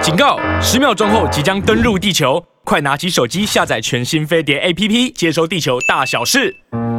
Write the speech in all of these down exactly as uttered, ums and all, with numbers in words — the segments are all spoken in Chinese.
警告！十秒钟后即将登陆地球，快拿起手机下载全新飞碟 A P P， 接收地球大小事。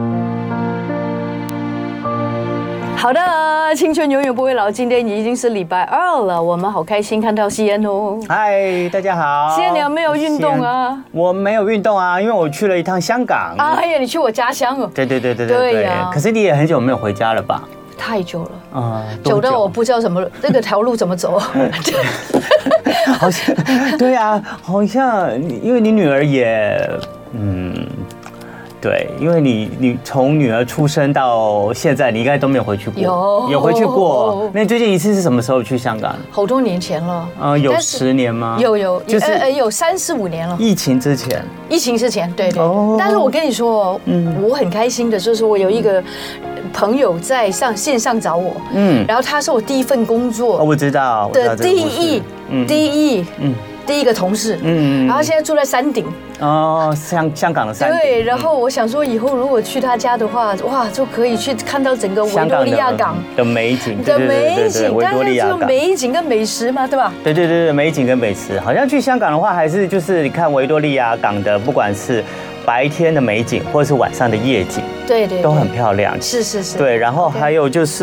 好的，青春永远不会老。今天已经是礼拜二了，我们好开心看到西安哦。 嗨，大家好。 西安，你有没有运动啊？ 我没有运动啊，因为我去了一趟香港。 哎呀，你去我家乡哦。 对对对对对对呀。 可是你也很久没有回家了吧？ 太久了， 啊、嗯， 久到我不知道怎么这个条路怎么走。 好像，对啊，好像因为你女儿也，嗯。对，因为你你从女儿出生到现在，你应该都没有回去过。 有有回去过。那你最近一次是什么时候去香港？ 好多年前了。 呃，有十年吗？ 有有， 就是呃有三四五年了。 疫情之前。 疫情之前，对对。哦、但是我跟你说，嗯，我很开心的，就是我有一个朋友在上线上找我，嗯，然后他是我第一份工作， 哦，我知道的第一，嗯，第一，嗯。第一个同事，嗯，然后现在住在山顶， 哦，香香港的山顶， 对，然后我想说以后如果去他家的话，哇，就可以去看到整个维多利亚港的美景， 的美景， 维多利亚港美景跟美食嘛，对吧？ 对对对对，美景跟美食，好像去香港的话，还是就是你看维多利亚港的，不管是白天的美景，或者是晚上的夜景， 对 对, 对， 都很漂亮。 是是是。 对，然后还有就是，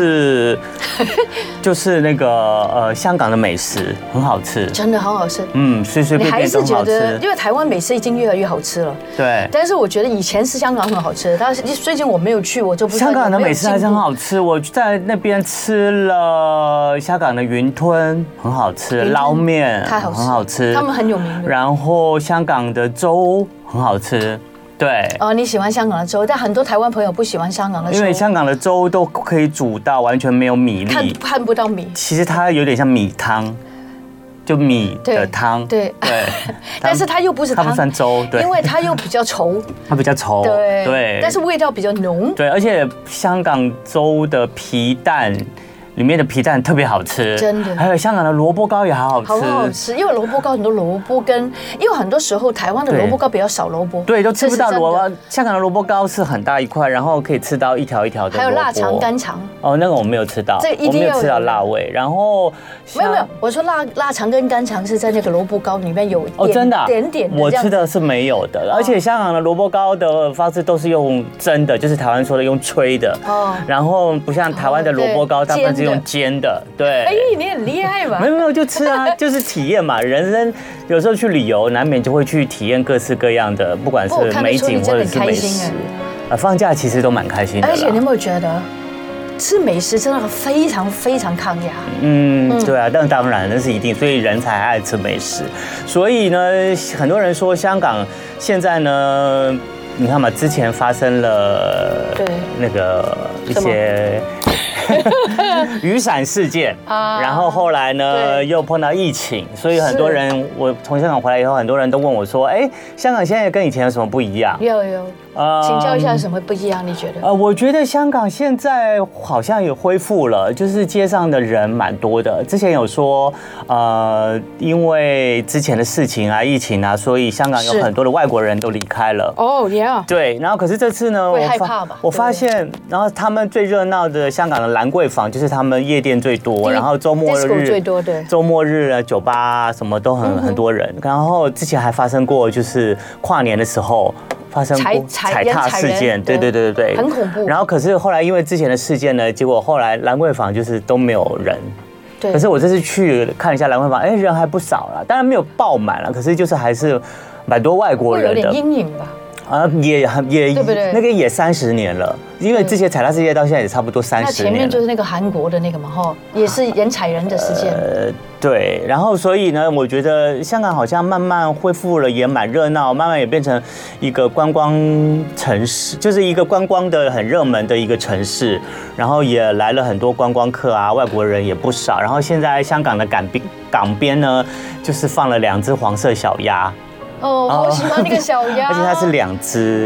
就是那个呃，香港的美食很好吃， 真的很好吃。 嗯，随随便便都很好吃。 你还是觉得，因为台湾美食已经越来越好吃了。 对。但是我觉得以前是香港很好吃，但是最近我没有去，我就不知道。 香港的美食还是很好吃，我在那边吃了香港的云吞，很好吃，捞面太好吃， 很好吃， 他们很有名的。 然后香港的粥很好吃。对哦，你喜欢香港的粥，但很多台湾朋友不喜欢香港的粥， 因为香港的粥都可以煮到完全没有米粒， 看看不到米。 其实它有点像米汤，就米的汤。 对对， 但是它又不是汤， 它不算粥，对， 因为它又比较稠， 它比较稠， 对对， 但是味道比较浓。 对，而且香港粥的皮蛋。里面的皮蛋特别好吃， 真的。 还有香港的萝卜糕也好好吃， 好好吃。因为萝卜糕很多萝卜跟，因为很多时候台湾的萝卜糕比较少萝卜， 对，都吃不到萝卜。香港的萝卜糕是很大一块，然后可以吃到一条一条的。 还有腊肠、干肠。 哦，那个我没有吃到， 这一定要我没有吃到辣味。然后没有没有，我说腊腊肠跟干肠是在那个萝卜糕里面有哦，真的点点的。 我吃的是没有的，而且香港的萝卜糕的方式都是用蒸的，就是台湾说的用吹的。哦。然后不像台湾的萝卜糕，大部分是用煎的。对， 哎，你很厉害吧？ 没有没有，就吃啊，就是体验嘛。人生有时候去旅游，难免就会去体验各式各样的，不管是美景或者是美食。啊，放假其实都蛮开心的。 而且你有没有觉得，吃美食真的非常非常抗压？ 嗯，对啊，但当然那是一定，所以人才爱吃美食。所以呢，很多人说香港现在呢，你看嘛，之前发生了对那个一些。雨伞事件，然后后来呢又碰到疫情，所以很多人，我从香港回来以后，很多人都问我说：“哎，香港现在跟以前有什么不一样？” 有有，请教一下什么不一样？你觉得？ 呃，我觉得香港现在好像也恢复了，就是街上的人蛮多的。之前有说，呃，因为之前的事情啊、疫情啊，所以香港有很多的外国人都离开了。 哦，yeah。 对，然后可是这次呢， 会害怕吧？ 我发现，然后他们最热闹的香港的兰桂坊，就是他们夜店最多，然后周末日最多，对， 周末日啊，酒吧啊什么都很很多人。然后之前还发生过，就是跨年的时候。发生过踩踏事件，对对对对对， 很恐怖。 然后可是后来因为之前的事件呢，结果后来兰桂坊就是都没有人。对。可是我这次去看一下兰桂坊，哎，人还不少啦，当然没有爆满了，可是就是还是蛮多外国人的。 会有点阴影吧？ 啊，也也对不对？ 那个也三十年了，因为之前踩踏事件到现在也差不多三十年。那前面就是那个韩国的那个嘛，哈，也是人踩人的事件。 呃，对。然后所以呢，我觉得香港好像慢慢恢复了，也蛮热闹，慢慢也变成一个观光城市，就是一个观光的很热门的一个城市。然后也来了很多观光客啊，外国人也不少。然后现在香港的港边港边呢，就是放了两只黄色小鸭。 哦，好喜欢那个小鸭， 而且它是两只，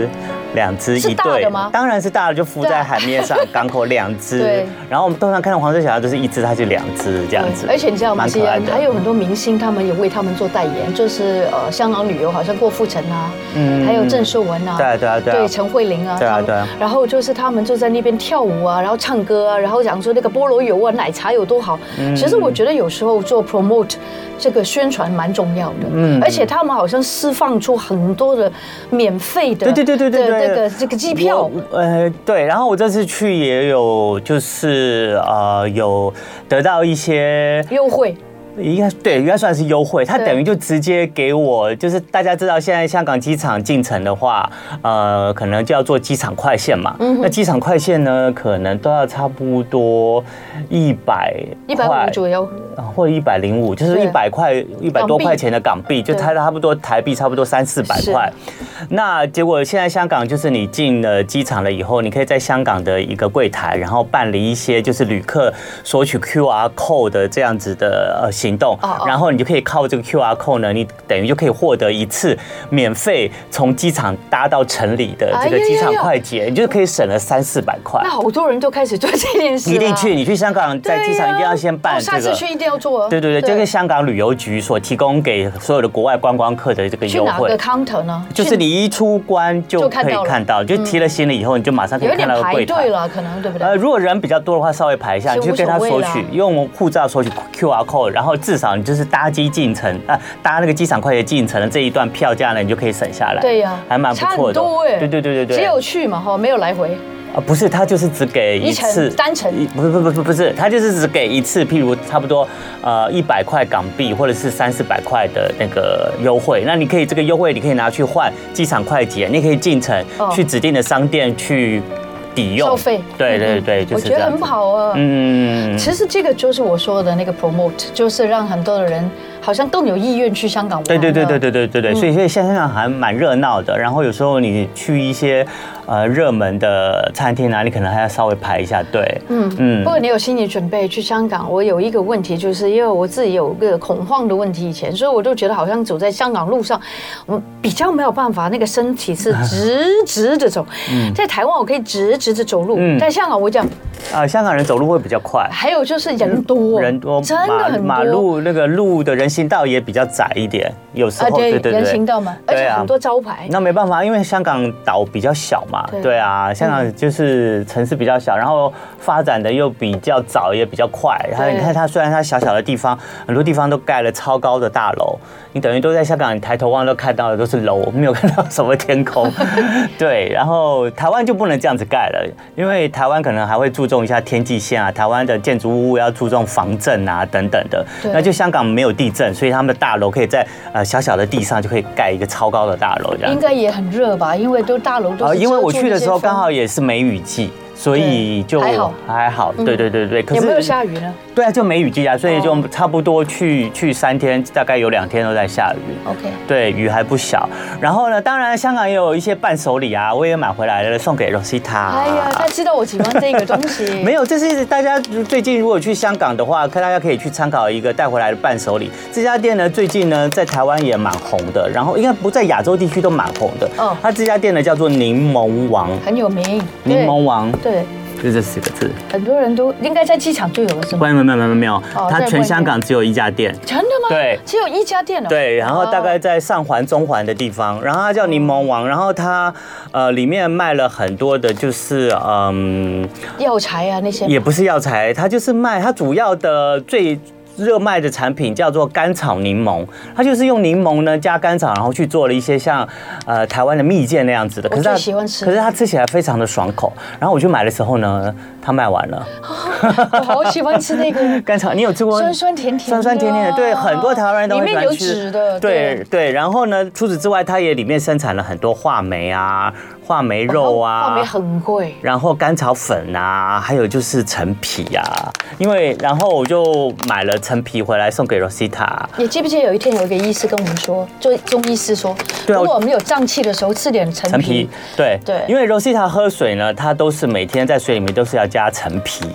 两只一对， 是大的吗？ 当然是大的，就浮在海面上，港口两只。对。然后我们通常看到黄色小鸭都是一只，它就两只这样子。 而且你知道吗？西安还有很多明星，他们也为他们做代言，就是呃香港旅游，好像郭富城啊，嗯，还有郑秀文啊， 对啊对啊对啊， 对陈慧琳啊， 对啊对啊。 然后就是他们就在那边跳舞啊，然后唱歌啊，然后讲说那个菠萝油啊、奶茶有多好。嗯。其实我觉得有时候做 promote 这个宣传蛮重要的，嗯，而且他们好像释放出很多的免费的， 对对对对对， 那个这个机票， 呃，对。然后我这次去也有，就是呃，有得到一些优惠。 应该对，应该算是优惠。它等于就直接给我，就是大家知道现在香港机场进城的话，呃，可能就要坐机场快线嘛。嗯、那机场快线呢，可能都要差不多一百一百五左右， 或者一百零五，就是一百块一百多块钱的港币，就差差不多台币差不多三四百块。那结果现在香港就是你进了机场了以后，你可以在香港的一个柜台，然后办理一些就是旅客索取 Q R code 的这样子的呃行动，然后你就可以靠这个 Q R code 呢，你等于就可以获得一次免费从机场搭到城里的这个机场快捷，你就可以省了三四百块。 那好多人都开始做这件事， 一定去，你去香港在机场一定要先办这个， 下次去一定要做。 对对对，这个香港旅游局所提供给所有的国外观光客的这个优惠。 去哪个 counter 呢？ 就是你一出关就可以看到，就提了行李以后，你就马上可以看到柜台。 有点排队了，可能对不对？ 呃，如果人比较多的话，稍微排一下，你就跟他索取，用护照索取 Q R code， 然后至少你就是搭机进城啊，搭那个机场快捷进城的这一段票价呢，你就可以省下来。 对呀， 还蛮不错的。 差很多哎。 对对对对对。 只有去嘛哈，没有来回。 啊，不是，他就是只给一次单程， 不是不不不不是，他就是只给一次，譬如差不多呃一百块港币或者是三四百块的那个优惠，那你可以这个优惠你可以拿去换机场快捷，你可以进城去指定的商店去抵用收费， 对对对，就是这样。 我觉得很好啊，嗯，其实这个就是我说的那个 promote， 就是让很多的人好像更有意愿去香港玩。 对对对对对对对对，所以所以香港还蛮热闹的。然后有时候你去一些呃热门的餐厅啊，你可能还要稍微排一下队。嗯嗯。 不过你有心理准备去香港，我有一个问题，就是因为我自己有个恐慌的问题以前，所以我就觉得好像走在香港路上，我比较没有办法，那个身体是直直的走。在台湾我可以直直的走路，在香港我讲啊，香港人走路会比较快。 还有就是人多，人多，真的很多。 马路那个路的人行道也比较窄一点，有时候对对对， 人行道嘛，而且很多招牌。 那没办法，因为香港岛比较小嘛，对啊，香港就是城市比较小，然后发展的又比较早，也比较快。然后你看它虽然它小小的地方，很多地方都盖了超高的大楼，你等于都在香港，你抬头望都看到的都是楼，没有看到什么天空。对，然后台湾就不能这样子盖了，因为台湾可能还会注重一下天际线啊，台湾的建筑物要注重防震啊等等的。那就香港没有地震，所以他们的大楼可以在呃小小的地上就可以盖一个超高的大楼，这样应该也很热吧？因为都大楼都是。 因为我去的时候刚好也是梅雨季。所以就还好，还好，对对对对。 可是有没有下雨呢？ 对啊，就梅雨季啊，所以就差不多去去三天，大概有两天都在下雨。 OK， 对，雨还不小。然后呢，当然香港也有一些伴手礼啊，我也买回来了，送给 Rosita。 哎呀，他知道我喜欢这个东西。 没有，这是大家最近如果去香港的话，大家可以去参考一个带回来的伴手礼。这家店呢，最近呢在台湾也蛮红的，然后应该不在亚洲地区都蛮红的。哦，它这家店呢叫做柠檬王， 很有名。 柠檬王。 对。 就这四个字， 很多人都应该在机场就有了，是吗？ 没有没有没有没有，它全香港只有一家店。 真的吗？ 对， 只有一家店哦。 对，然后大概在上环、中环的地方，然后它叫柠檬王，然后它呃里面卖了很多的，就是嗯药材啊那些， 也不是药材，它就是卖它主要的最热卖的产品叫做甘草柠檬，它就是用柠檬呢加甘草，然后去做了一些像呃台湾的蜜饯那样子的。 我最喜欢吃， 可是它吃起来非常的爽口。然后我去买的时候呢，它卖完了。 我好喜欢吃那个甘草，你有吃过？ 酸酸甜甜， 酸酸甜甜的，对，很多台湾人都很喜欢吃。 里面有籽的， 对对。然后呢，除此之外，它也里面生产了很多话梅啊。话梅肉啊， 话梅很贵， 然后甘草粉啊，还有就是陈皮啊，因为然后我就买了陈皮回来送给 Rosita。 你记不记得有一天有一个医师跟我们说，就中医师说， 对啊， 如果我们有胀气的时候吃点陈皮。陈皮， 对对，因为 Rosita 喝水呢，它都是每天在水里面都是要加陈皮，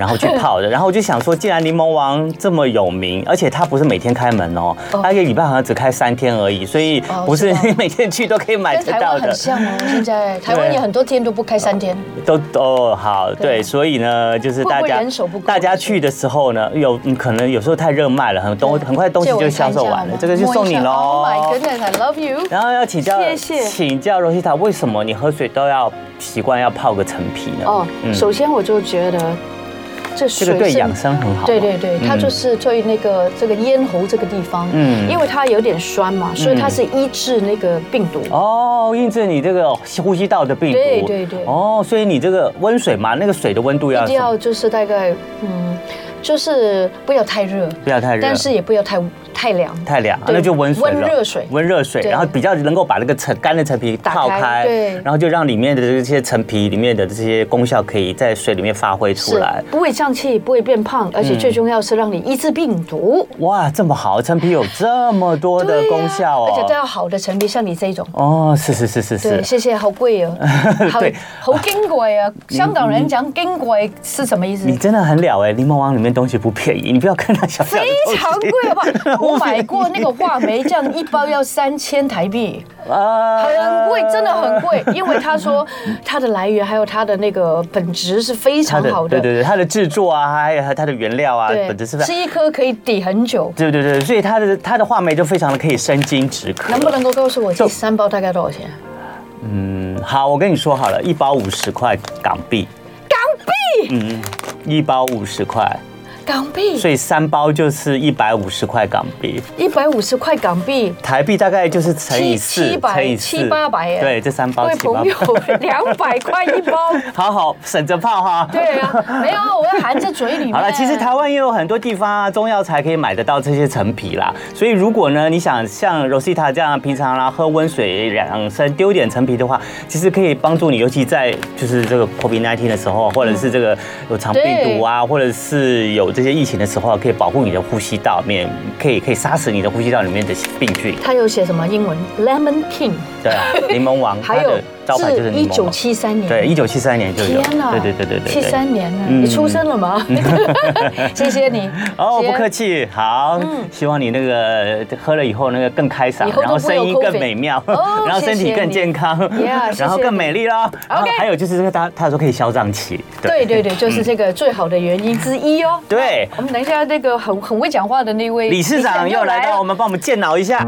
然后去泡的。然后我就想说，既然柠檬王这么有名，而且它不是每天开门哦，它一个礼拜好像只开三天而已，所以不是你每天去都可以买得到的。 很像哦，现在台湾也很多店都不开三天， 都哦好对，所以呢，就是大家大家去的时候呢，有可能有时候太热卖了，很东很快东西就销售完了，这个就送你喽。 Oh my goodness, I love you。 然后要请教，谢谢，请教 Rosita， 为什么你喝水都要习惯要泡个陈皮呢？哦， 首先我就觉得。 这水这个对养生很好。 对对对，它就是对那个这个咽喉这个地方，嗯，因为它有点酸嘛，所以它是医治那个病毒。 哦，抑制你这个呼吸道的病毒。 对对对。 哦，所以你这个温水嘛，那个水的温度要一定要就是大概嗯。就是不要太热， 不要太热， 但是也不要太太凉， 太凉，那就温水温热水， 温热水，然后比较能够把那个陈干的陈皮泡开，对，然后就让里面的这些陈皮里面的这些功效可以在水里面发挥出来， 不会胀气，不会变胖，而且最重要是让你抑制病毒。 哇，这么好，陈皮有这么多的功效哦， 而且都要好的陈皮，像你这种哦，是是是是是， 对，谢谢，好贵哦， 对， 好矜贵啊，香港人讲矜贵是什么意思？ 你真的很了哎，柠檬王里面东西不便宜，你不要看它小小的， 非常贵好不好？我买过那个话梅，这样一包要三千台币，啊，很贵，真的很贵。因为他说它的来源还有它的那个本质是非常好的， 对对对，它的制作啊，还有它的原料啊，本质是吃一颗可以抵很久。 对对对，所以它的它的话梅就非常的可以生津止渴。 能不能够告诉我这三包大概多少钱？ 嗯，好，我跟你说好了，一包五十块港币。 港币？ 嗯，一包五十块。 港币， 所以三包就是一百五十块港币， 一百五十块港币， 台币大概就是乘以四， 七百七八百， 对，这三包七八百，位朋友，两百块一包， 好好省着泡哈。 对啊，没有，我要含在嘴里面。 好了，其实台湾也有很多地方啊，中药材可以买得到这些陈皮啦。所以如果呢，你想像 Rosita 这样平常啦喝温水养生，丢点陈皮的话，其实可以帮助你，尤其在就是这个 COVID 十九 的时候，或者是这个有肠病毒啊，或者是有这些疫情的时候，可以保护你的呼吸道里面，可以可以杀死你的呼吸道里面的病菌。 它有写什么英文 ？Lemon King。对啊， 柠檬王。 还有招牌就是一九七三年。 对，一九七三年就有。 天哪！ 对对对对对。 七三年了，你出生了吗？谢谢你。 哦，不客气。好，希望你那个喝了以后那个更开嗓，然后声音更美妙，然后身体更健康，然后更美丽咯。OK。还有就是这个他他说可以消胀气。 对对对，就是这个最好的原因之一哦。 对。 我们等一下那个很很会讲话的那位理事长又来到，我们帮我们健脑一下。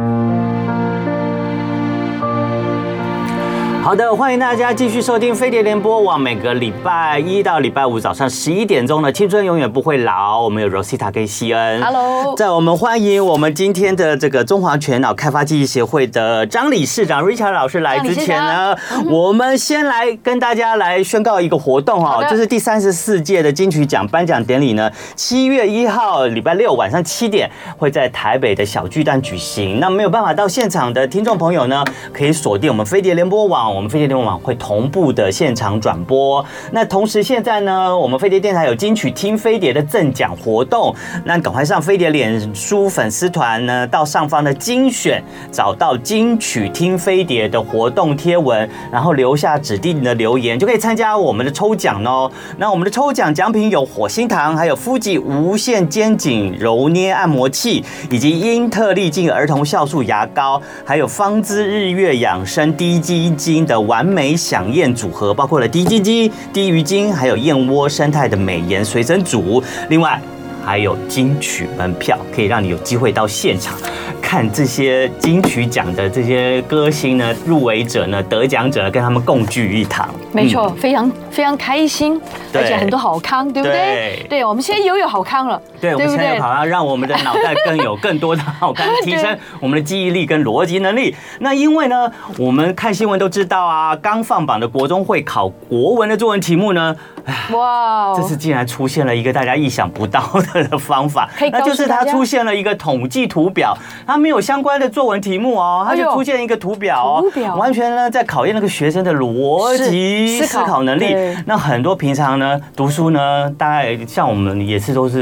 好的，欢迎大家继续收听飞碟联播网，每个礼拜一到礼拜五早上十一点钟的青春永远不会老，我们有 Rosita 跟希恩。 Hello， 在我们欢迎我们今天的这个中华全脑开发记忆协会的张理事长 Richard 老师来之前呢，我们先来跟大家来宣告一个活动哦，就是第三十四届的金曲奖颁奖典礼呢，七月一号礼拜六晚上七点会在台北的小巨蛋举行。那没有办法到现场的听众朋友呢，可以锁定我们飞碟联播网。我们飞碟联播网会同步的现场转播。那同时现在呢，我们飞碟电台有金曲听飞碟的赠奖活动，那赶快上飞碟脸书粉丝团呢，到上方的精选找到金曲听飞碟的活动贴文，然后留下指定的留言，就可以参加我们的抽奖哦。那我们的抽奖奖品有火星糖，还有夫吉无线肩颈揉捏按摩器，以及英特利净儿童酵素牙膏，还有芳姿日月养生低基金的完美享宴组合，包括了低基金、低鱼精，还有燕窝生态的美颜随身组。另外还有金曲门票，可以让你有机会到现场看这些金曲奖的这些歌星呢、入围者呢、得奖者，跟他们共聚一堂。 没错，嗯、非常非常开心，而且很多好康，对不对？对，对我们现在又有好康了， 对，我们现在有好康，让我们的脑袋更有更多的好康，提升我们的记忆力跟逻辑能力。那因为呢，我们看新闻都知道啊，刚放榜的国中会考国文的作文题目呢，哇，这次竟然出现了一个大家意想不到的方法，那就是它出现了一个统计图表，它没有相关的作文题目哦，它就出现一个图表哦，完全呢在考验那个学生的逻辑思考能力。那很多平常呢读书呢，大概像我们也是都是读书都考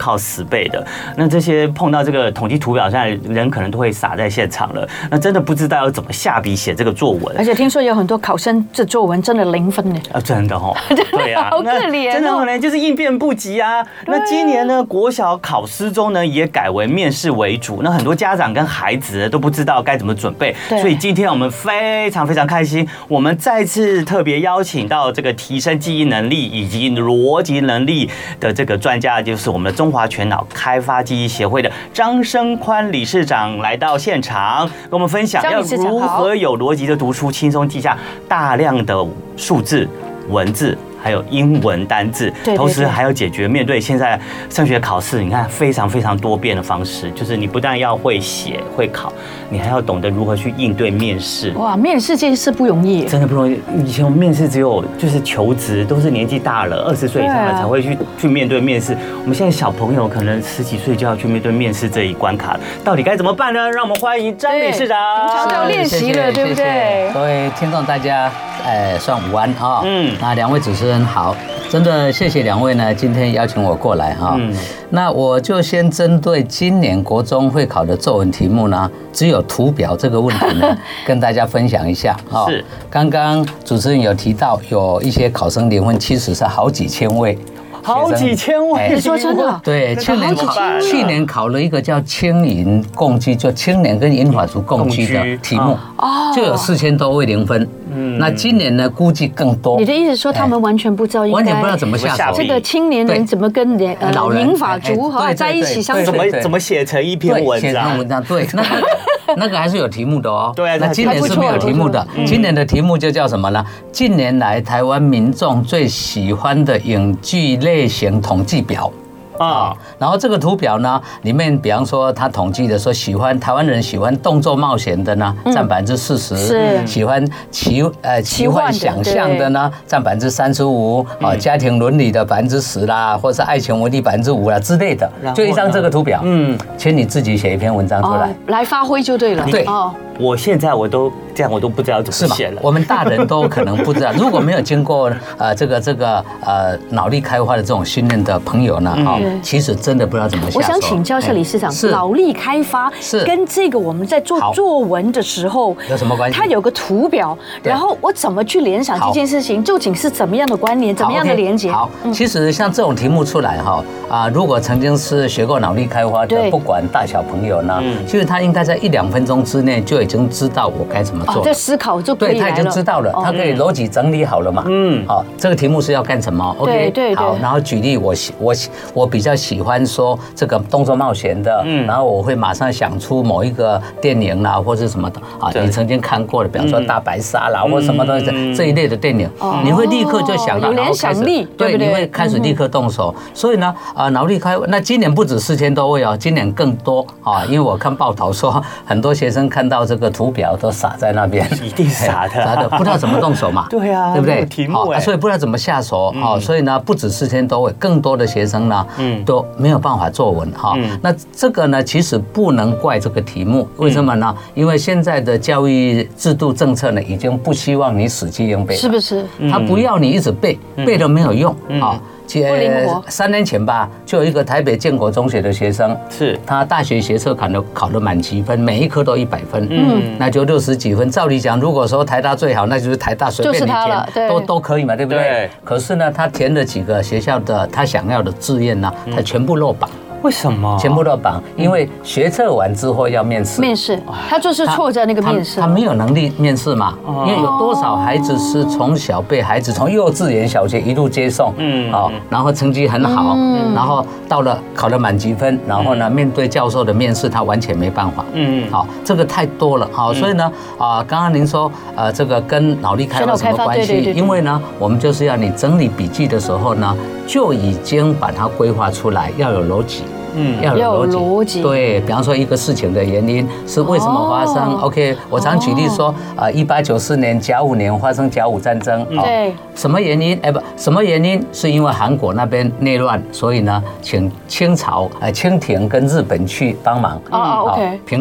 靠死背的。那这些碰到这个统计图表上，人可能都会傻在现场了。那真的不知道要怎么下笔写这个作文。 而且听说有很多考生这作文真的零分呢。 啊，真的哦，对啊， 好可怜哦， 真的可能就是应变不及啊。那今年呢，国小考试中呢也改为面试为主。那很多家长跟孩子都不知道该怎么准备，所以今天我们非常非常开心，我们再次特别邀请到这个提升记忆能力以及逻辑能力的这个专家，就是我们的中华全脑开发记忆协会的张生宽理事长来到现场，跟我们分享要如何有逻辑的读书，轻松记下大量的数字、文字。还有英文单字，同时还要解决面对现在升学考试，你看非常非常多变的方式，就是你不但要会写会考，你还要懂得如何去应对面试。 哇，面试这件事不容易， 真的不容易。以前我们面试只有就是求职，都是年纪大了，二十岁以上了才会去去面对面试。我们现在小朋友可能十几岁就要去面对面试这一关卡了，到底该怎么办呢？让我们欢迎张理事长。 平常都要练习了，对不对？ 各位听众大家，呃，算午安啊。嗯，那两位主持人好，真的谢谢两位呢，今天邀请我过来哈。嗯，那我就先针对今年国中会考的作文题目呢，只有图表这个问题呢，跟大家分享一下啊。是，刚刚主持人有提到，有一些考生零分，其实是好几千位。 好几千位， 你说真的？ 对，去年考去年考了一个叫青银共居，就青年跟银发族共居的题目，就有四千多位零分。嗯，那今年呢，估计更多。 你的意思说他们完全不知道， 完全不知道怎么下手。 这个青年人怎么跟呃银发族哈在一起相处？ 怎么怎么写成一篇文章？ 写成文章，对，那个那个还是有题目的哦。 对啊， 那今年是没有题目的。今年的题目就叫什么呢？近年来台湾民众最喜欢的影剧类型统计表。啊，然后这个图表呢，里面比方说他统计的说，喜欢台湾人喜欢动作冒险的呢，占百分之四十；喜欢奇呃奇幻想象的呢，占百分之三十五。啊，家庭伦理的百分之十啦，或者是爱情文艺百分之五啦之类的，就一张这个图表。嗯，请你自己写一篇文章出来， 来发挥就对了。 对， 我现在我都这样，我都不知道怎么写了。 我们大人都可能不知道，如果没有经过呃这个这个呃脑力开发的这种训练的朋友呢，哈。其实真的不知道怎么下手。 我想请教一下理事长，脑力开发跟这个我们在做作文的时候有什么关系？ 它有个图表，然后我怎么去联想这件事情，究竟是怎么样的关联，怎么样的连接？ 好，其实像这种题目出来哈啊，如果曾经是学过脑力开发的，不管大小朋友呢，其实他应该在一两分钟之内就已经知道我该怎么做， 在思考就可以了。 对，他已经知道了，他可以逻辑整理好了嘛。嗯，好，这个题目是要干什么 ？OK， 对，好，然后举例，我我我比较喜。喜欢说这个动作冒险的，嗯，然后我会马上想出某一个电影啦，或者什么的啊，你曾经看过的，比方说大白鲨啦，或什么的这一类的电影，你会立刻就想到， 有联想力， 对，你会开始立刻动手。所以呢，啊，脑力开，那今年不止四千多位哦，今年更多啊，因为我看报道说，很多学生看到这个图表都傻在那边， 一定傻的， 傻的，不知道怎么动手嘛， 对啊， 对不对？ 题目， 所以不知道怎么下手啊，所以呢，不止四千多位，更多的学生呢，嗯，都没有办法作文哈，那这个呢，其实不能怪这个题目，为什么呢？因为现在的教育制度政策呢，已经不希望你死记硬背， 是不是？ 他不要你一直背，背了没有用啊。 呃， 三年前吧，就有一个台北建国中学的学生，是他大学学测考的考了满级分，每一科都一百分，嗯，那就六十几分。照理讲，如果说台大最好，那就是台大随便你填，都都可以嘛，对不对？可是呢，他填了几个学校的他想要的志愿呢，他全部落榜。 为什么？ 全部落榜，因为学测完之后要面试。 面试，他就是错在那个面试。 他没有能力面试嘛？因为有多少孩子是从小被孩子从幼稚园、小学一路接送，嗯，好，然后成绩很好，然后到了考了满级分，然后呢，面对教授的面试，他完全没办法。嗯，好，这个太多了，好，所以呢，啊，刚刚您说，呃，这个跟脑力开发什么关系？因为呢，我们就是要你整理笔记的时候呢，就已经把它规划出来，要有逻辑。嗯，要有逻辑。对，比方说一个事情的原因是为什么发生 ？OK， 我常举例说，啊，一八九四年甲午年发生甲午战争， 对， 什么原因？哎，不，什么原因？是因为韩国那边内乱，所以呢，请清朝、呃清廷跟日本去帮忙， 哦 ，OK， 平乱。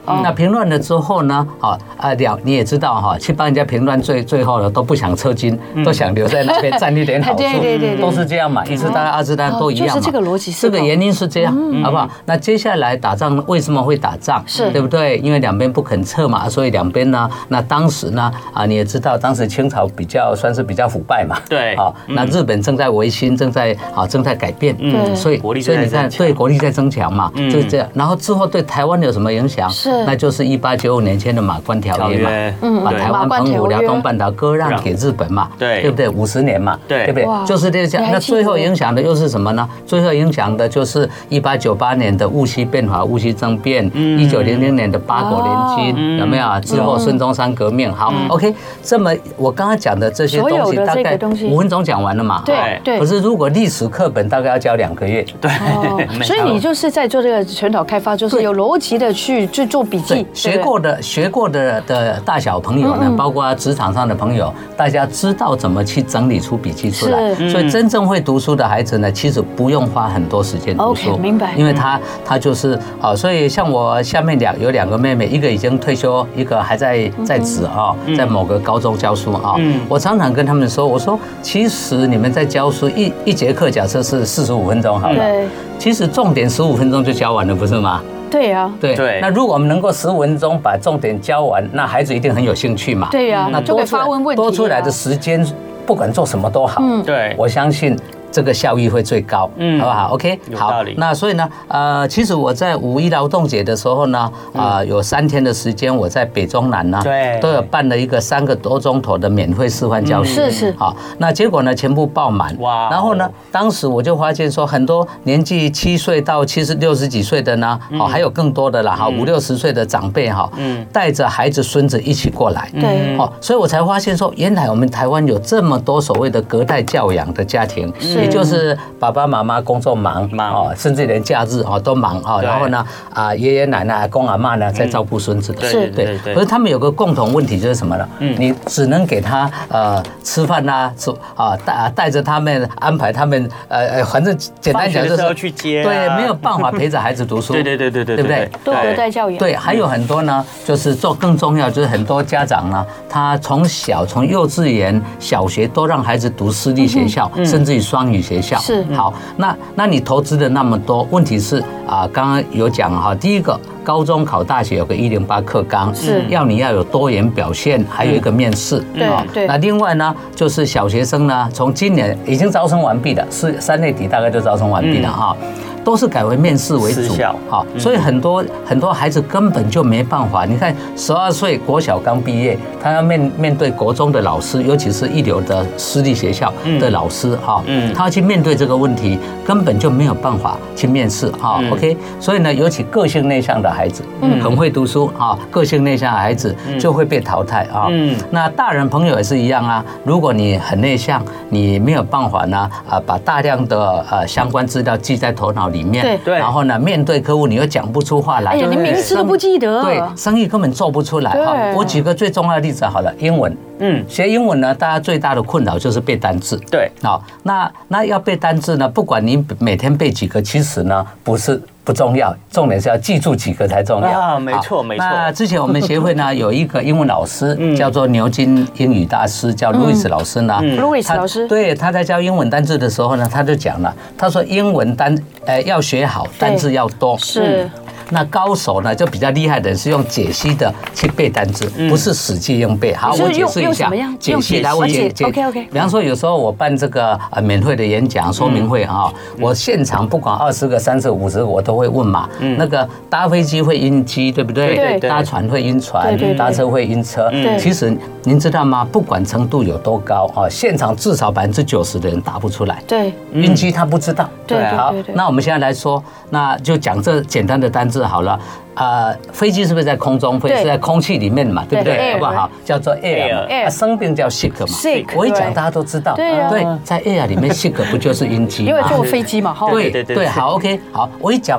那平乱了之后呢，啊啊两你也知道哈，去帮人家平乱最最后呢都不想撤军，都想留在那边占一点好处， 对对对， 都是这样嘛，伊斯兰、阿兹兰都一样嘛， 就是这个逻辑， 这个原因是这样，好不好？那接下来打仗为什么会打仗？ 是对不对？因为两边不肯撤嘛，所以两边呢，那当时呢，啊你也知道，当时清朝比较算是比较腐败嘛， 对， 好，那日本正在维新，正在啊正在改变， 嗯， 所以国力所以你看，对国力在增强嘛，就是这样。然后之后对台湾有什么影响？ 是， 那就是一八九五年签的马关条约嘛， 嗯， 把台湾、澎湖、辽东半岛割让给日本嘛， 对， 对不对？五十年嘛， 对， 对不对？就是这样。那最后影响的又是什么呢？最后影响的就是一八九八年的戊戌变法、戊戌政变，一九零零年的八国联军，有没有啊？之后孙中山革命，好 ，OK。这么我刚刚讲的这些东西，大概五分钟讲完了嘛？ 对对。 可是如果历史课本大概要教两个月， 对。 所以你就是在做这个全岛开发，就是有逻辑的去去做笔记。 学过的学过的的大小朋友呢，包括职场上的朋友，大家知道怎么去整理出笔记出来。所以真正会读书的孩子呢，其实不用花很多时间读书。 明白。 因为他他就是啊，所以像我下面两有两个妹妹，一个已经退休，一个还在在职啊，在某个高中教书啊。我常常跟他们说，我说其实你们在教书一一节课假设是四十五分钟好了， 对， 其实重点十五分钟就教完了，不是吗？ 对呀， 对对。那如果我们能够十五分钟把重点教完，那孩子一定很有兴趣嘛。 对呀， 那多发问问题， 多出来的时间，不管做什么都好。 嗯，对， 我相信。这个效益会最高，嗯，好不好 ？OK， 好。那所以呢，呃，其实我在五一劳动节的时候呢，啊，有三天的时间，我在北中南呢，对，都有办了一个三个多钟头的免费示范教学， 是是。 好，那结果呢，全部爆满。哇！然后呢，当时我就发现说，很多年纪七岁到七十六十几岁的呢，哦，还有更多的啦，哈，五六十岁的长辈哈，嗯，带着孩子孙子一起过来， 对， 哦，所以我才发现说，原来我们台湾有这么多所谓的隔代教养的家庭。也就是爸爸妈妈工作忙哦，甚至连假日哦都忙哦，然后呢啊爷爷奶奶、阿公阿嬷呢在照顾孙子的， 是，对对。 可是他们有个共同问题就是什么呢？嗯，你只能给他呃吃饭呐，吃啊带带着他们安排他们呃呃，反正简单讲就是去接， 对，没有办法陪着孩子读书， 对对对对对， 对不对？ 都隔代教养。 对，还有很多呢，就是做更重要，就是很多家长呢，他从小从幼稚园、小学都让孩子读私立学校，甚至于双语学校。 是。 好，那那你投资的那么多，问题是啊，刚刚有讲哈，第一个高中考大学有个一零八课纲， 是要你要有多元表现，还有一个面试， 对对。 那另外呢，就是小学生呢，从今年已经招生完毕了，是三月底大概就招生完毕了哈。都是改为面试为主，好，所以很多很多孩子根本就没办法。你看，十二岁国小刚毕业，他要面面对国中的老师，尤其是一流的私立学校的老师哈，嗯，他要去面对这个问题，根本就没有办法去面试哈。OK， 所以呢，尤其个性内向的孩子，嗯，很会读书哈，个性内向的孩子就会被淘汰啊。嗯，那大人朋友也是一样啊。如果你很内向，你没有办法呢啊，把大量的呃相关资料记在头脑里面， 对， 然后呢，面对客户你又讲不出话来， 哎呀，你名字都不记得， 对，生意根本做不出来。哈，我举个最重要的例子好了，英文，嗯，学英文呢，大家最大的困扰就是背单字， 对， 好，那那要背单字呢，不管你每天背几个，其实呢不是。不重要，重点是要记住几个才重要啊！没错，没错。 那之前我们协会呢有一个英文老师，叫做牛津英语大师，叫路易斯老师呢。 路易斯老师， 对，他在教英文单字的时候呢，他就讲了，他说英文单呃要学好，单字要多。 是。 那高手呢，就比较厉害的人是用解析的去背单字，不是死记硬背。好，我解释一下，解析来我解解。 OK OK。 比方说，有时候我办这个呃免费的演讲说明会啊，我现场不管二十个、三十个、五十个，我都会问嘛。那个搭飞机会晕机，对不对？ 对。 搭船会晕船，搭车会晕车。 对。 其实您知道吗？不管程度有多高啊，现场至少百分之九十的人答不出来。 对。 晕机他不知道。 对。 好，那我们现在来说，那就讲这简单的单字好了。呃，飞机是不是在空中飞？是在空气里面嘛，对不对？好不好？叫做 air， 生病叫 sick 嘛。 sick， 我一讲大家都知道。 对啊。 对，在 air 里面 sick 不就是晕机吗？ 因为坐飞机嘛，哈。 对对对。好 ，OK， 好，我一讲，哎。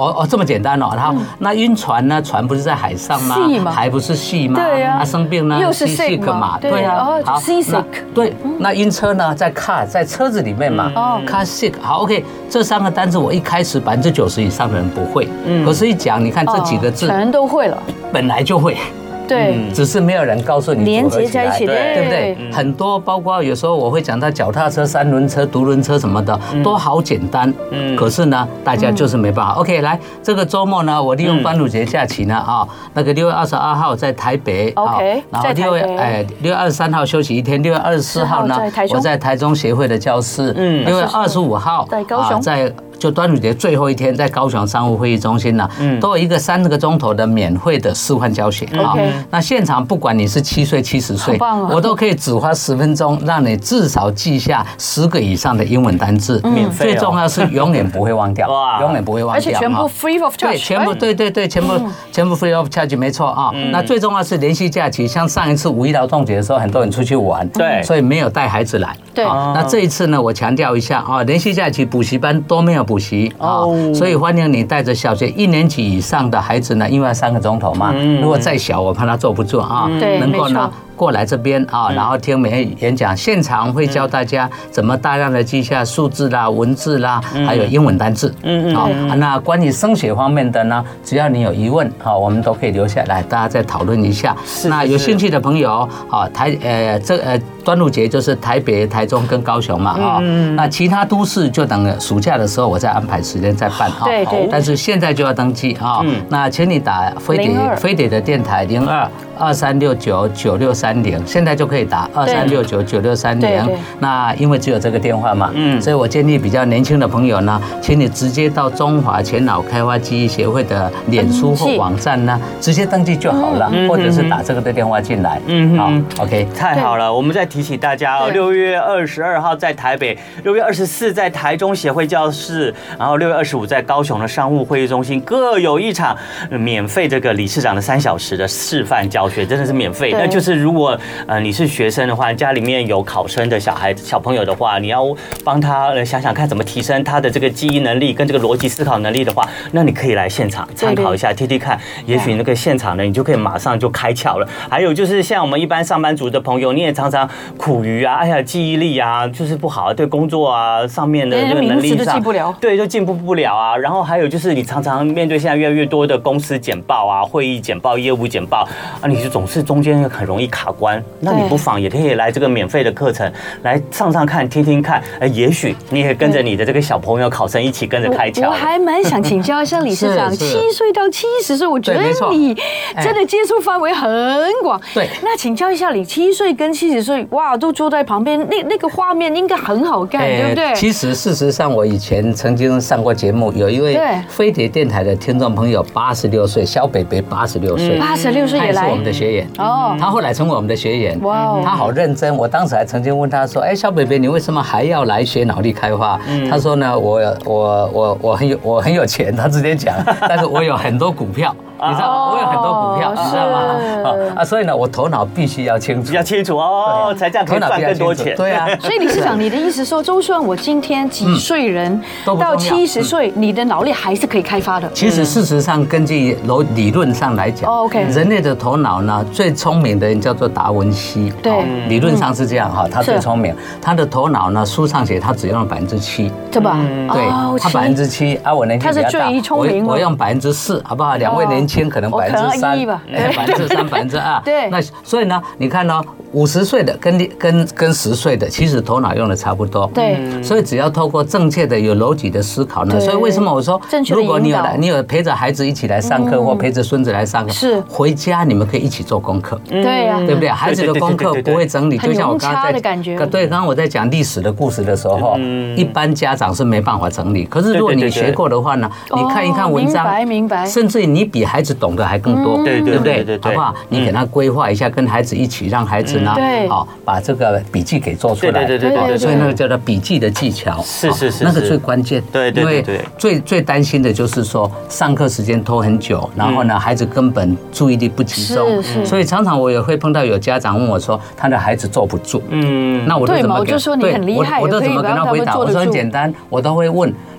哦哦，这么简单哦。然后那晕船呢？船不是在海上吗？海不是细吗？ 对呀。 啊，生病呢？ 又是 sick 嘛？对啊。 好 ，seasick。 对，那晕车呢？在 car 在车子里面嘛。哦 ，car sick。好 ，OK， 这三个单字我一开始百分之九十以上的人不会，嗯，可是一讲，你看这几个字， 全都会了， 本来就会。 对， 只是没有人告诉你连接在一起， 对不对？很多包括有时候我会讲到脚踏车、三轮车、独轮车什么的，都好简单。嗯，可是呢，大家就是没办法。OK， 来这个周末呢，我利用端午节假期呢啊，那个六月二十二号在台北 ，OK， 然后六月哎六月二十三号休息一天，六月二十四号呢我在台中协会的教室，嗯，六月二十五号在高雄在。就端午节最后一天，在高雄商务会议中心呢，都有一个三个钟头的免费的示范教学啊。那现场不管你是七岁、七十岁，我都可以只花十分钟，让你至少记下十个以上的英文单字。免费，最重要是永远不会忘掉，永远不会忘掉。 而且全部 free of charge。 对，全部对对对，全部全部 free of charge， 没错啊。那最重要是连续假期，像上一次五一劳动节的时候，很多人出去玩， 对， 所以没有带孩子来。 对， 那这一次呢，我强调一下啊，连续假期补习班都没有补习啊。所以欢迎你带着小学一年级以上的孩子呢，因为三个钟头嘛，如果再小，我怕他坐不住啊，能够呢过来这边啊，然后听每天演讲，现场会教大家怎么大量的记下数字啦、文字啦，还有英文单字。嗯嗯。好，那关于升学方面的呢，只要你有疑问，好，我们都可以留下来，大家再讨论一下。那有兴趣的朋友，好，台呃这呃端午节就是台北、台中跟高雄嘛，啊，那其他都市就等暑假的时候我再安排时间再办啊。 对对。 但是现在就要登记啊。那请你打飞碟飞碟的电台零二二三六九九六三零，现在就可以打二三六九九六三零。那因为只有这个电话嘛，嗯，所以我建议比较年轻的朋友呢，请你直接到中华前脑开发记忆协会的脸书或网站呢，直接登记就好了，或者是打这个的电话进来。嗯，好 ，OK， 太好了。我们再提醒大家哦，六月二十二号在台北，六月二十四在台中协会教室，然后六月二十五在高雄的商务会议中心各有一场免费这个理事长的三小时的示范教学。真的是免费，那就是如果呃你是学生的话，家里面有考生的小孩小朋友的话，你要帮他想想看怎么提升他的这个记忆能力跟这个逻辑思考能力的话，那你可以来现场参考一下，听听看，也许那个现场呢，你就可以马上就开窍了。还有就是像我们一般上班族的朋友，你也常常苦于啊，哎呀记忆力啊就是不好，对工作啊上面的这个能力上，对，就进步不了啊。然后还有就是你常常面对现在越来越多的公司简报啊、会议简报、业务简报啊，你就总是中间很容易卡关，那你不妨也可以来这个免费的课程来上上看、听听看，哎，也许你也跟着你的这个小朋友考生一起跟着开窍。 我还蛮想请教一下理事长，七岁到七十岁，我觉得你真的接触范围很广。 对， 那请教一下，你七岁跟七十岁，哇，都坐在旁边，那那个画面应该很好看，对不对？ 其实事实上，我以前曾经上过节目，有一位飞碟电台的听众朋友，八十六岁，小北北八十六岁， 八十六岁也来， 是我们的学员哦。他后来成为我们的学员，哇，他好认真。我当时还曾经问他说：“哎，小北北，你为什么还要来学脑力开发？”他说呢：“我我我我很有我很有钱。”他直接讲，但是我有很多股票。你知道，我有很多股票，你知道吗？啊，所以呢，我头脑必须要清楚， 要清楚哦，才这样可以赚更多钱。 对啊， 所以理事长，你的意思说，就算我今天几岁人到七十岁，你的脑力还是可以开发的。 其实事实上，根据逻理论上来讲 ，OK， 人类的头脑呢，最聪明的人叫做达文西。 对， 理论上是这样哈，他最聪明，他的头脑呢，书上写他只用了百分之七， 对吧？ 对，他百分之七，啊，我年纪比较大，我我用百分之四，好不好？两位年轻可能百分之。三，百分之三，百分之二， 对。 那所以呢，你看呢，五十岁的跟跟跟十岁的，其实头脑用的差不多。 对。 所以只要透过正确的、有逻辑的思考呢，所以为什么我说，如果你有你有陪着孩子一起来上课，或陪着孙子来上课， 是回家你们可以一起做功课。 对呀， 对不对？孩子的功课不会整理，就像我刚刚在对，刚刚我在讲历史的故事的时候，一般家长是没办法整理。可是如果你学过的话呢，你看一看文章， 明白明白， 甚至于你比孩子懂得还更多。 对对不对？好不好？你给他规划一下，跟孩子一起，让孩子呢，好把这个笔记给做出来。 对对对对， 所以那个叫做笔记的技巧。 是是是， 那个最关键。 对对对， 因为最最担心的就是说，上课时间拖很久，然后呢，孩子根本注意力不集中。 是是。 所以常常我也会碰到有家长问我说，他的孩子坐不住。嗯。那我都怎么？ 我就说你很厉害， 我都怎么跟他回答？我说很简单，我都会问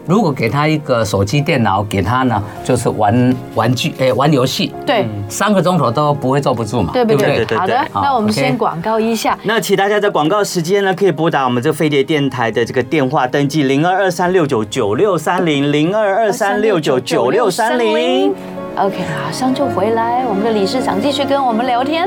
如果给他一个手机、电脑，给他呢就是玩玩具，哎，玩游戏， 对， 三个钟头都不会坐不住嘛， 对不对？ 对对对对好的，那我们先广告一下。 那请大家在广告时间呢，可以拨打我们这个飞碟电台的这个电话登记零二二三六九九六三零零二二三六九九六三零。 OK， 马上就回来，我们的理事长继续跟我们聊天。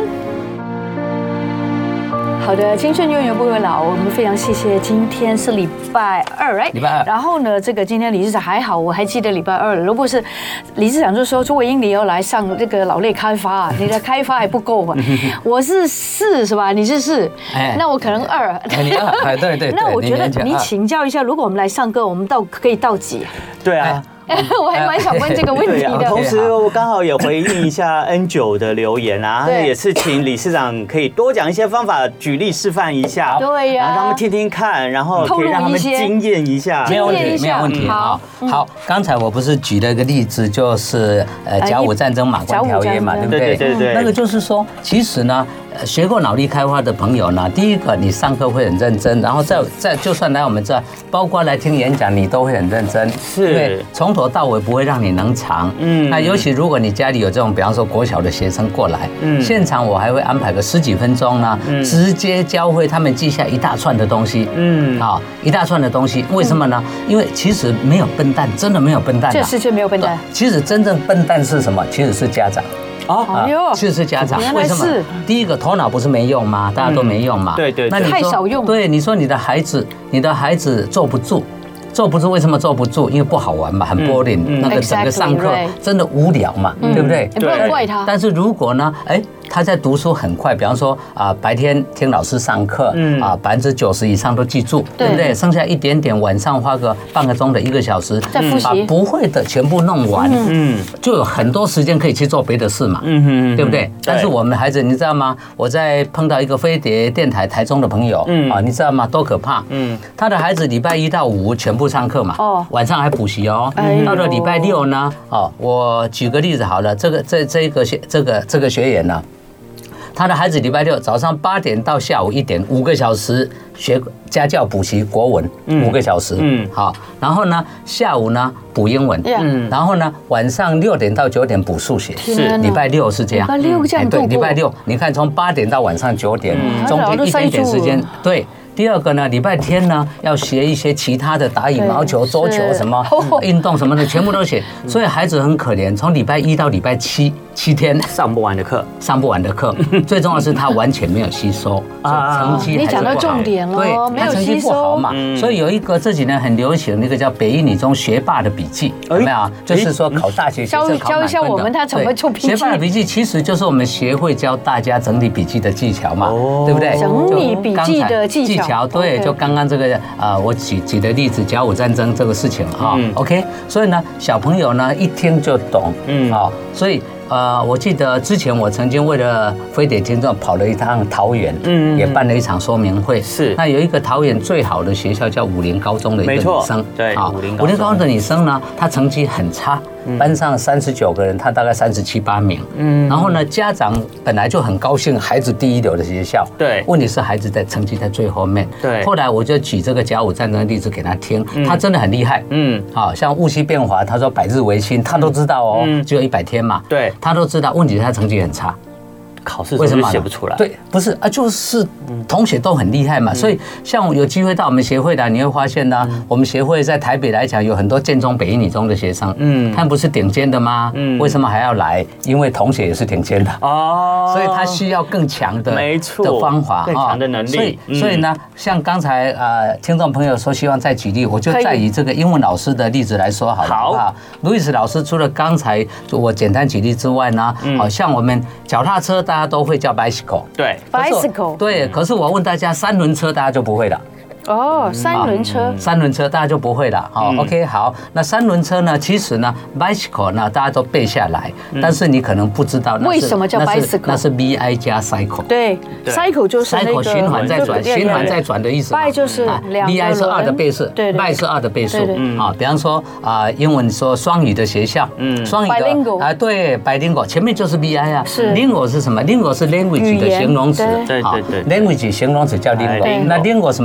好的，青春永远不会老。我们非常谢谢，今天是礼拜二，哎， 礼拜二。 然后呢，这个今天理事长还好，我还记得礼拜二了。如果是理事长就说朱伟英你要来上这个老类开发啊，你的开发还不够啊。我是四是吧？你是四，哎，那我可能二。 你二，哎，对对。 那我觉得你请教一下，如果我们来上课，我们到可以到几？ 对啊。 我还蛮想问这个问题的。 同时，我刚好也回应一下 N 九 的留言啊，也是请理事长可以多讲一些方法，举例示范一下， 对呀， 让他们听听看，然后可以让他们经验一下， 没有问题，没有问题。好，好，刚才我不是举了一个例子，就是呃甲午战争马关条约嘛，对不对？ 对对对。 那个就是说，其实呢。学过脑力开发的朋友呢，第一个你上课会很认真，然后再再就算来我们这，包括来听演讲，你都会很认真， 是， 因为从头到尾不会让你冷场。嗯，那尤其如果你家里有这种，比方说国小的学生过来，嗯，现场我还会安排个十几分钟呢，嗯，直接教会他们记下一大串的东西，嗯，啊，一大串的东西，为什么呢？因为其实没有笨蛋，真的没有笨蛋， 这世界没有笨蛋。 其实真正笨蛋是什么？其实是家长。 哦， 其实是家长，为什么？第一个头脑不是没用吗？大家都没用嘛。 对对， 那太少用。 对，你说你的孩子，你的孩子坐不住，坐不住，为什么坐不住？因为不好玩嘛，很 boring，那个整个上课真的无聊嘛，对不对？ 你不能怪他。 但是如果呢，哎。他在读书很快，比方说啊，白天听老师上课，嗯啊，百分之九十以上都记住，对不对？剩下一点点，晚上花个半个钟的一个小时， 再复习， 把不会的全部弄完，嗯，就有很多时间可以去做别的事嘛，嗯嗯，对不对？但是我们的孩子，你知道吗？我在碰到一个飞碟电台台中的朋友，嗯啊，你知道吗？多可怕，嗯，他的孩子礼拜一到五全部上课嘛，哦，晚上还补习哦，到了礼拜六呢，哦，我举个例子好了，这个这这一个学这个这个学员呢。他的孩子礼拜六早上八点到下午一点，五个小时学家教补习国文，五个小时，嗯，好，然后呢下午呢补英文，嗯，然后呢晚上六点到九点补数学， 是礼拜六是这样， 礼拜六这样度过， 对，礼拜六你看从八点到晚上九点，中间一点点时间，对。第二个呢，礼拜天呢要学一些其他的打羽毛球、桌球什么运动什么的，全部都写。所以孩子很可怜，从礼拜一到礼拜七七天上不完的课， 上不完的课。最重要是他完全没有吸收，成绩你讲到重点了， 对，他成绩不好嘛。所以有一个这几年很流行的一个叫北一女中学霸的笔记，有没有？就是说考大学学生考教一下我们他怎么做笔记。 学霸的笔记其实就是我们协会教大家整理笔记的技巧嘛，对不对？ 整理笔记的技巧。 对，就刚刚这个呃，我举举的例子，甲午战争这个事情啊 ，OK， 所以呢，小朋友呢一听就懂，嗯，好，所以呃，我记得之前我曾经为了飞碟听众跑了一趟桃园，嗯，也办了一场说明会， 是， 那有一个桃园最好的学校叫武林高中的一个女生， 对，啊， 武林高中的女生呢，她成绩很差。班上三十九个人，他大概三十七八名。嗯，然后呢，家长本来就很高兴孩子第一流的学校。 对， 问题是孩子在成绩在最后面。 对， 后来我就举这个甲午战争的例子给他听，他真的很厉害。嗯，好像戊戌变法，他说百日维新，他都知道哦，只有一百天嘛。 对， 他都知道。问题是他成绩很差。 考试为什么写不出来？ 对，不是啊，就是同学都很厉害嘛，所以像有机会到我们协会来，你会发现呢，我们协会在台北来讲有很多建中、北一女中的学生，嗯，他们不是顶尖的吗？嗯，为什么还要来？因为同学也是顶尖的哦，所以他需要更强的没错的方法， 更强的能力。 所以所以呢，像刚才呃听众朋友说希望再举例，我就再以这个英文老师的例子来说好了，好不好？路易斯老师除了刚才我简单举例之外呢，好像我们脚踏车大家都会叫 bicycle， 对 ，bicycle， 对。可是我问大家，三轮车大家就不会了。 哦，三轮车， 三轮车大家就不会了。好 ，OK， 好。那三轮车呢？其实呢 ，bicycle 呢，大家都背下来，但是你可能不知道为什么叫 bicycle， 那是 V I 加 cycle。 对 ，cycle 就是那个循环在转，循环在转的意思。 Y 就是两 V I 是二的倍数，对 ，Y 是二的倍数。啊，比方说啊，英文说双语的学校，嗯，双语的啊，对 ，bilingual 前面就是 V I 啊。 是 lingual 是什么 ？lingual 是 language 的形容词， 对对对 ，language 形容词叫 lingual。那 lingual 什么意思呢？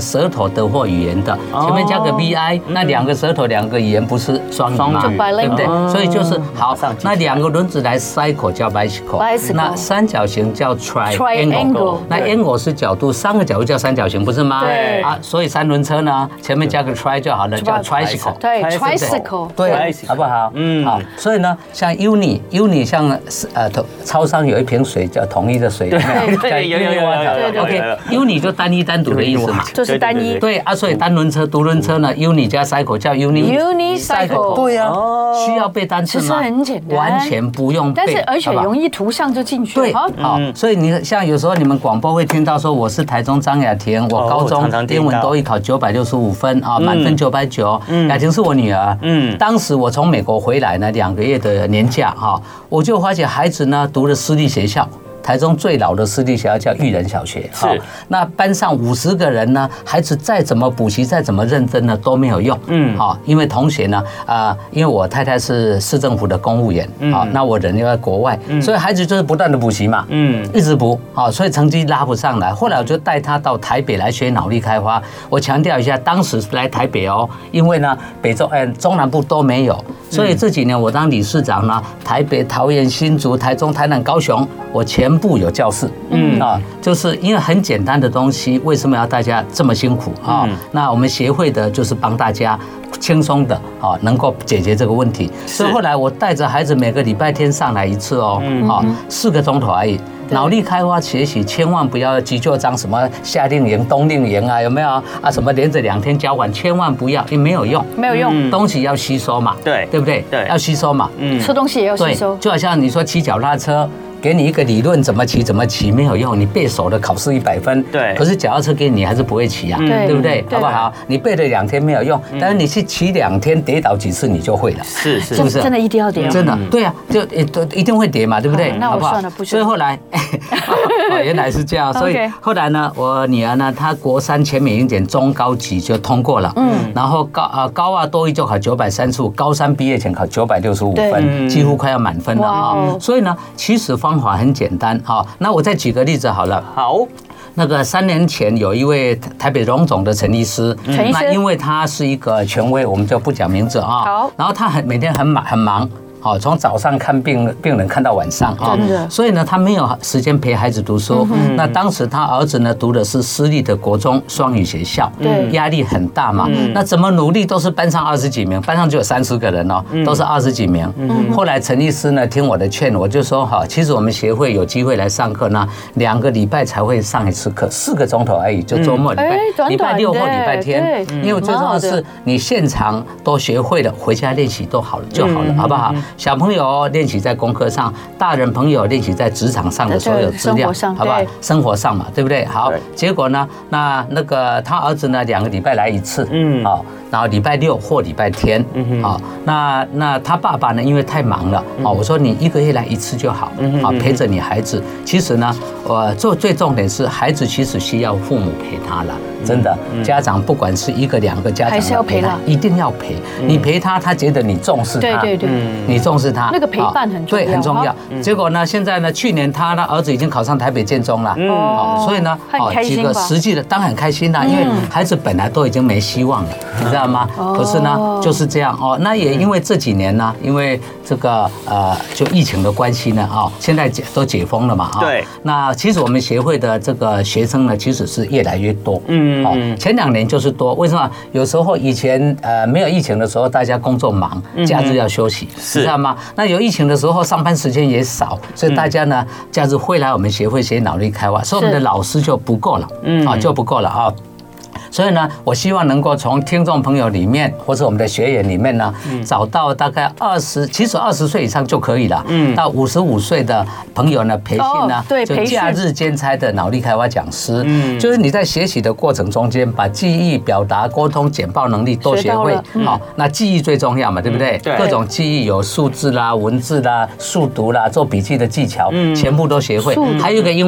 舌头德或语言的，前面加个 V I， 那两个舌头两个语言不是双语嘛，对不对？所以就是好，那两个轮子来 cycle 叫 bicycle， 那三角形叫 triangle， 那 angle 是角度，三个角度叫三角形，不是吗？ 对啊，所以三轮车呢，前面加个 tri 就好了，叫 tricycle， 对 tricycle， 对，好不好？嗯，好，所以呢，像 uni uni 像呃超商有一瓶水叫统一的水， 对对，有有有有 OK uni 就单一单独的意思嘛， 就是单一。 对啊，所以单轮车、独轮车呢 uni 加 cycle 叫 uni unicycle， 对啊，需要背单词吗？ 其实很简单， 完全不用背， 但是而且容易图像就进去。 对，好，所以你像有时候你们广播会听到说我是台中张雅婷，我高中英文多益考九百六十五分啊，满分九百九。雅婷是我女儿，嗯，当时我从美国回来呢，两个月的年假哈，我就发现孩子呢读了私立学校。台中最老的私立学校叫育人小学， 是。 那班上五十个人呢，孩子再怎么补习，再怎么认真呢，都没有用。嗯，好，因为同学呢，啊，因为我太太是市政府的公务员，好，那我人又在国外，所以孩子就是不断的补习嘛，嗯，一直补，好，所以成绩拉不上来。后来我就带他到台北来学脑力开发。我强调一下，当时来台北哦，因为呢，北中哎中南部都没有，所以这几年我当理事长呢，台北、桃园、新竹、台中、台南、高雄，我全部有教室，嗯啊，就是因为很简单的东西，为什么要大家这么辛苦啊？那我们协会的就是帮大家轻松的啊，能够解决这个问题。所以后来我带着孩子每个礼拜天上来一次哦，啊，四个钟头而已。脑力开发学习千万不要急就章，什么夏令营、冬令营啊，有没有啊？什么连着两天交换，千万不要，因为没有用， 没有用， 东西要吸收嘛， 对对不对？对，要吸收嘛， 嗯，吃东西也要吸收， 就好像你说骑脚踏车。给你一个理论怎么骑怎么骑没有用，你背熟了考试一百分， 对。 可是脚踏车给你还是不会骑啊，对不对？好不好？你背了两天没有用，但是你去骑两天，跌倒几次你就会了， 是是， 是不是？ 真的一定要跌， 真的，对啊，就一定会跌嘛，对不对？ 那我算了，不所以后来，哦，原来是这样，所以后来呢，我女儿呢，她国三全美英检中高级就通过了，嗯，然后高啊高二多益就考九百三十五，高三毕业前考九百六十五分，几乎快要满分了啊。所以呢，其实方法很简单。好，那我再举个例子好了。 好， 那个三年前有一位台北荣总的陈医师，那因为他是一个权威，我们就不讲名字啊。 好， 然后他很每天很忙很忙。好，从早上看病病人看到晚上啊，所以呢，他没有时间陪孩子读书。那当时他儿子呢读的是私立的国中双语学校，对，压力很大嘛。那怎么努力都是班上二十几名，班上就有三十个人哦，都是二十几名。后来陈医师呢听我的劝，我就说哈，其实我们协会有机会来上课呢，两个礼拜才会上一次课，四个钟头而已，就周末礼拜礼拜六或礼拜天，因为最重要的是你现场都学会了，回家练习都好了就好了，好不好？小朋友练习在功课上，大人朋友练习在职场上的所有资料，好不好？生活上嘛，对不对？好，结果呢，那那个他儿子呢，两个礼拜来一次，嗯，好，然后礼拜六或礼拜天，嗯好，那那他爸爸呢，因为太忙了，哦，我说你一个月来一次就好，啊，陪着你孩子。其实呢，我做最重点是孩子其实需要父母陪他了。真的，家长不管是一个两个家长， 还是要陪他， 一定要陪。你陪他，他觉得你重视他， 对对对， 你重视他， 那个陪伴很重要， 对，很重要。结果呢，现在呢，去年他的儿子已经考上台北建中了，哦，所以呢，哦，几个实际的当然很开心啦，因为孩子本来都已经没希望了，你知道吗？可是呢，就是这样哦。那也因为这几年呢，因为这个呃，就疫情的关系呢，啊，现在解都解封了嘛，啊，对。那其实我们协会的这个学生呢，其实是越来越多，嗯。哦，前两年就是多，为什么？有时候以前呃没有疫情的时候，大家工作忙，假日要休息，知道吗？那有疫情的时候，上班时间也少，所以大家呢，假日会来我们协会学脑力开发，所以我们的老师就不够了，嗯，啊就不够了啊。所以呢，我希望能够从听众朋友里面，或者我们的学员里面呢，找到大概二十，其实二十岁以上就可以了。嗯，到五十五岁的朋友呢，培训呢， 对， 就假日兼差的脑力开发讲师。嗯，就是你在学习的过程中间，把记忆、表达、沟通、简报能力都学会。好，那记忆最重要嘛，对不对？对，各种记忆有数字啦、文字啦、速读啦、做笔记的技巧，全部都学会。还有一个英文。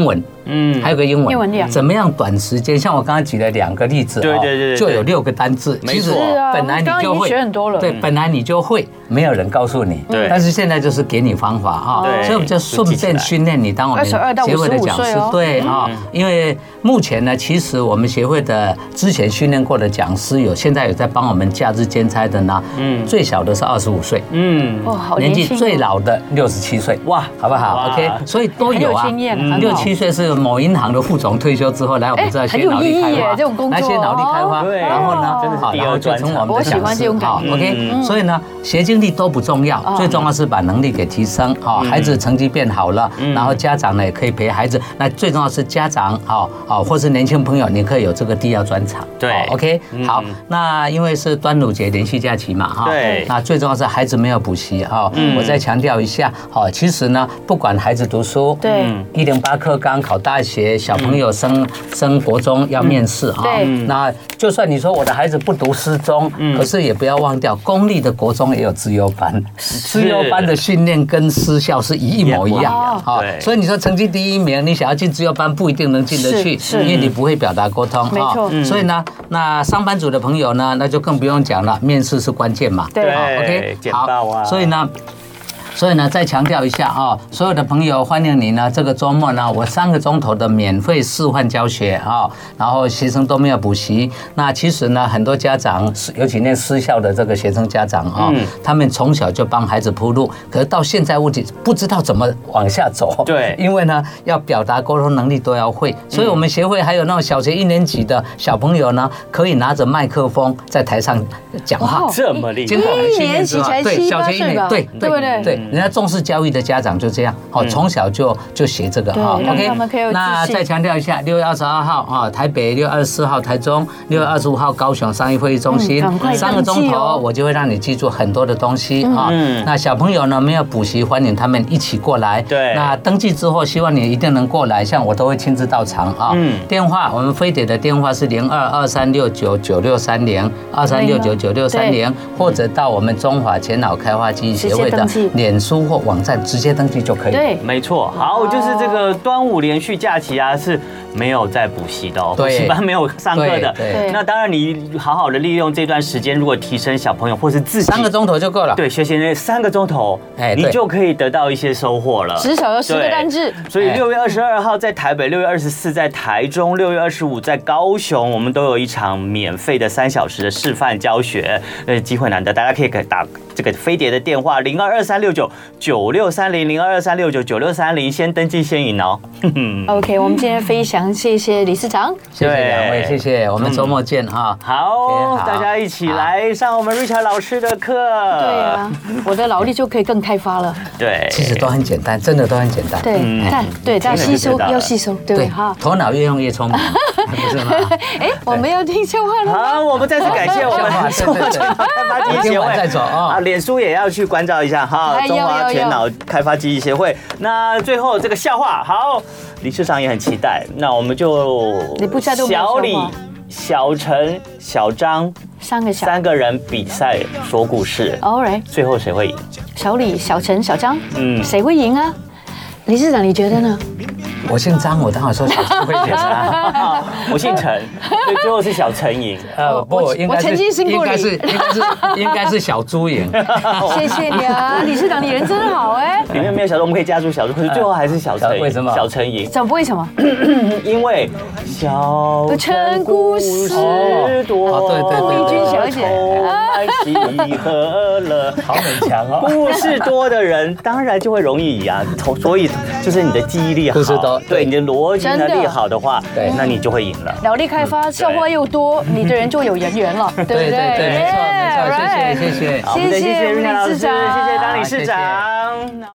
嗯，还有个英文， 英文量怎么样短时间？像我刚刚举了两个例子， 对对对， 就有六个单字。 没错， 本来你就会学很多了， 对，本来你就会，没有人告诉你， 对， 但是现在就是给你方法哈，所以我们就顺便训练你当我们协会的讲师，对啊，因为目前呢，其实我们协会的之前训练过的讲师有，现在有在帮我们假日兼差的呢，嗯，最小的是二十五岁，嗯，年纪最老的六十七岁，哇，好不好 ？OK， 所以都有啊，六七岁是某银行的副总退休之后来我们这些脑力开发，来些脑力开发，然后呢，好，然后就成我们的讲师，好 ，OK， 所以呢，学经历都不重要，最重要是把能力给提升，好，孩子成绩变好了，然后家长呢也可以陪孩子，那最重要是家长，好，好，或是年轻朋友，你可以有这个地药专场， 对 ，OK， 好，那因为是端午节连续假期嘛，哈， 对， 那最重要是孩子没有补习，哈，我再强调一下，好，其实呢，不管孩子读书， 对， 一零八课纲考大学，小朋友升升国中要面试，哈，那就算你说我的孩子不读私中，可是也不要忘掉，公立的国中也有资优班，资优班的训练跟私校是一模一样，好，所以你说成绩第一名，你想要进资优班不一定能进得去，因为你不会表达沟通， 没错， 所以呢，那上班族的朋友呢，那就更不用讲了，面试是关键嘛， 对 ，OK， 好， 所以呢。所以呢，再强调一下啊，所有的朋友，欢迎你呢。这个周末呢，我三个钟头的免费示范教学啊，然后学生都没有补习。那其实呢，很多家长，尤其念私校的这个学生家长啊，他们从小就帮孩子铺路，可是到现在问题不知道怎么往下走。 对， 因为呢，要表达沟通能力都要会。所以我们协会还有那种小学一年级的小朋友呢，可以拿着麦克风在台上讲话， 这么厉害。 经过我们训练之后，对，小学一年，对对不对？ 对。人家重视教育的家长就这样，好，从小就就学这个哈。 OK， 那再强调一下，六月二十二号啊，台北；六月二十四号台中；六月二十五号高雄商业会议中心，三个钟头我就会让你记住很多的东西啊。那小朋友呢没有补习，欢迎他们一起过来。 对。 那登记之后，希望你一定能过来，像我都会亲自到场啊。嗯。电话我们飞碟的电话是零二二三六九九六三零二三六九九六三零，或者到我们中华前脑开发记忆协会的脸书或网站直接登记就可以。 对， 没错。好，就是这个端午连续假期啊，是没有在补习的哦，补习班没有上课的。 对。 那当然，你好好的利用这段时间，如果提升小朋友或是自己三个钟头就够了。 对，学习那三个钟头，哎，你就可以得到一些收获了。 至少有十个单字。 所以六月二十二号在台北，六月二十四在台中，六月二十五在高雄，我们都有一场免费的三小时的示范教学。呃，机会难得，大家可以打这个飞碟的电话零二二三六九九六三零零二二三六九九六三零，先登记先赢哦。 OK， 我们今天非常谢谢理事长， 谢谢两位，谢谢，我们周末见哈。 好，大家一起来上我们 Richard 老师的课。 对啊，我的脑力就可以更开发了。 对， 其实都很简单，真的都很简单。 对，但对，但吸收要吸收，对哈， 头脑越用越聪明，不是吗？ 哎，我们要听笑话了。 好，我们再次感谢我们中华全脑开发记忆协会再走啊， 脸书也要去关照一下哈，中华全脑开发记忆协会。那最后这个笑话，好，理事长也很期待，那我们就你不猜都小李、小陈、小张三个小三个人比赛说故事 ，All right， 最后谁会赢？ 小李、小陈、小张，嗯，谁会赢啊？理事长，你觉得呢？ 我姓张，我当然说小陈会赢啊。 我姓陈，所以最后是小陈赢。 呃，不，应该是应该是应该是应该是小猪赢。 谢谢你啊，理事长，你人真好哎。 里面没有小猪，我们可以加入小猪，可是最后还是小陈。 为什么？ 小陈赢。 怎么？为什么？ 因为小陈故事多， 对对对， 丽君小姐， 喜和乐， 好很强哦。 故事多的人当然就会容易赢啊，所以就是你的记忆力好，对你的逻辑能力好的话，对，那你就会赢了。 脑力开发，笑话又多，你的人就有人缘了，对不对？ 对对对，没错没错，谢谢谢谢， 谢谢谢谢理事长，谢谢当理事长。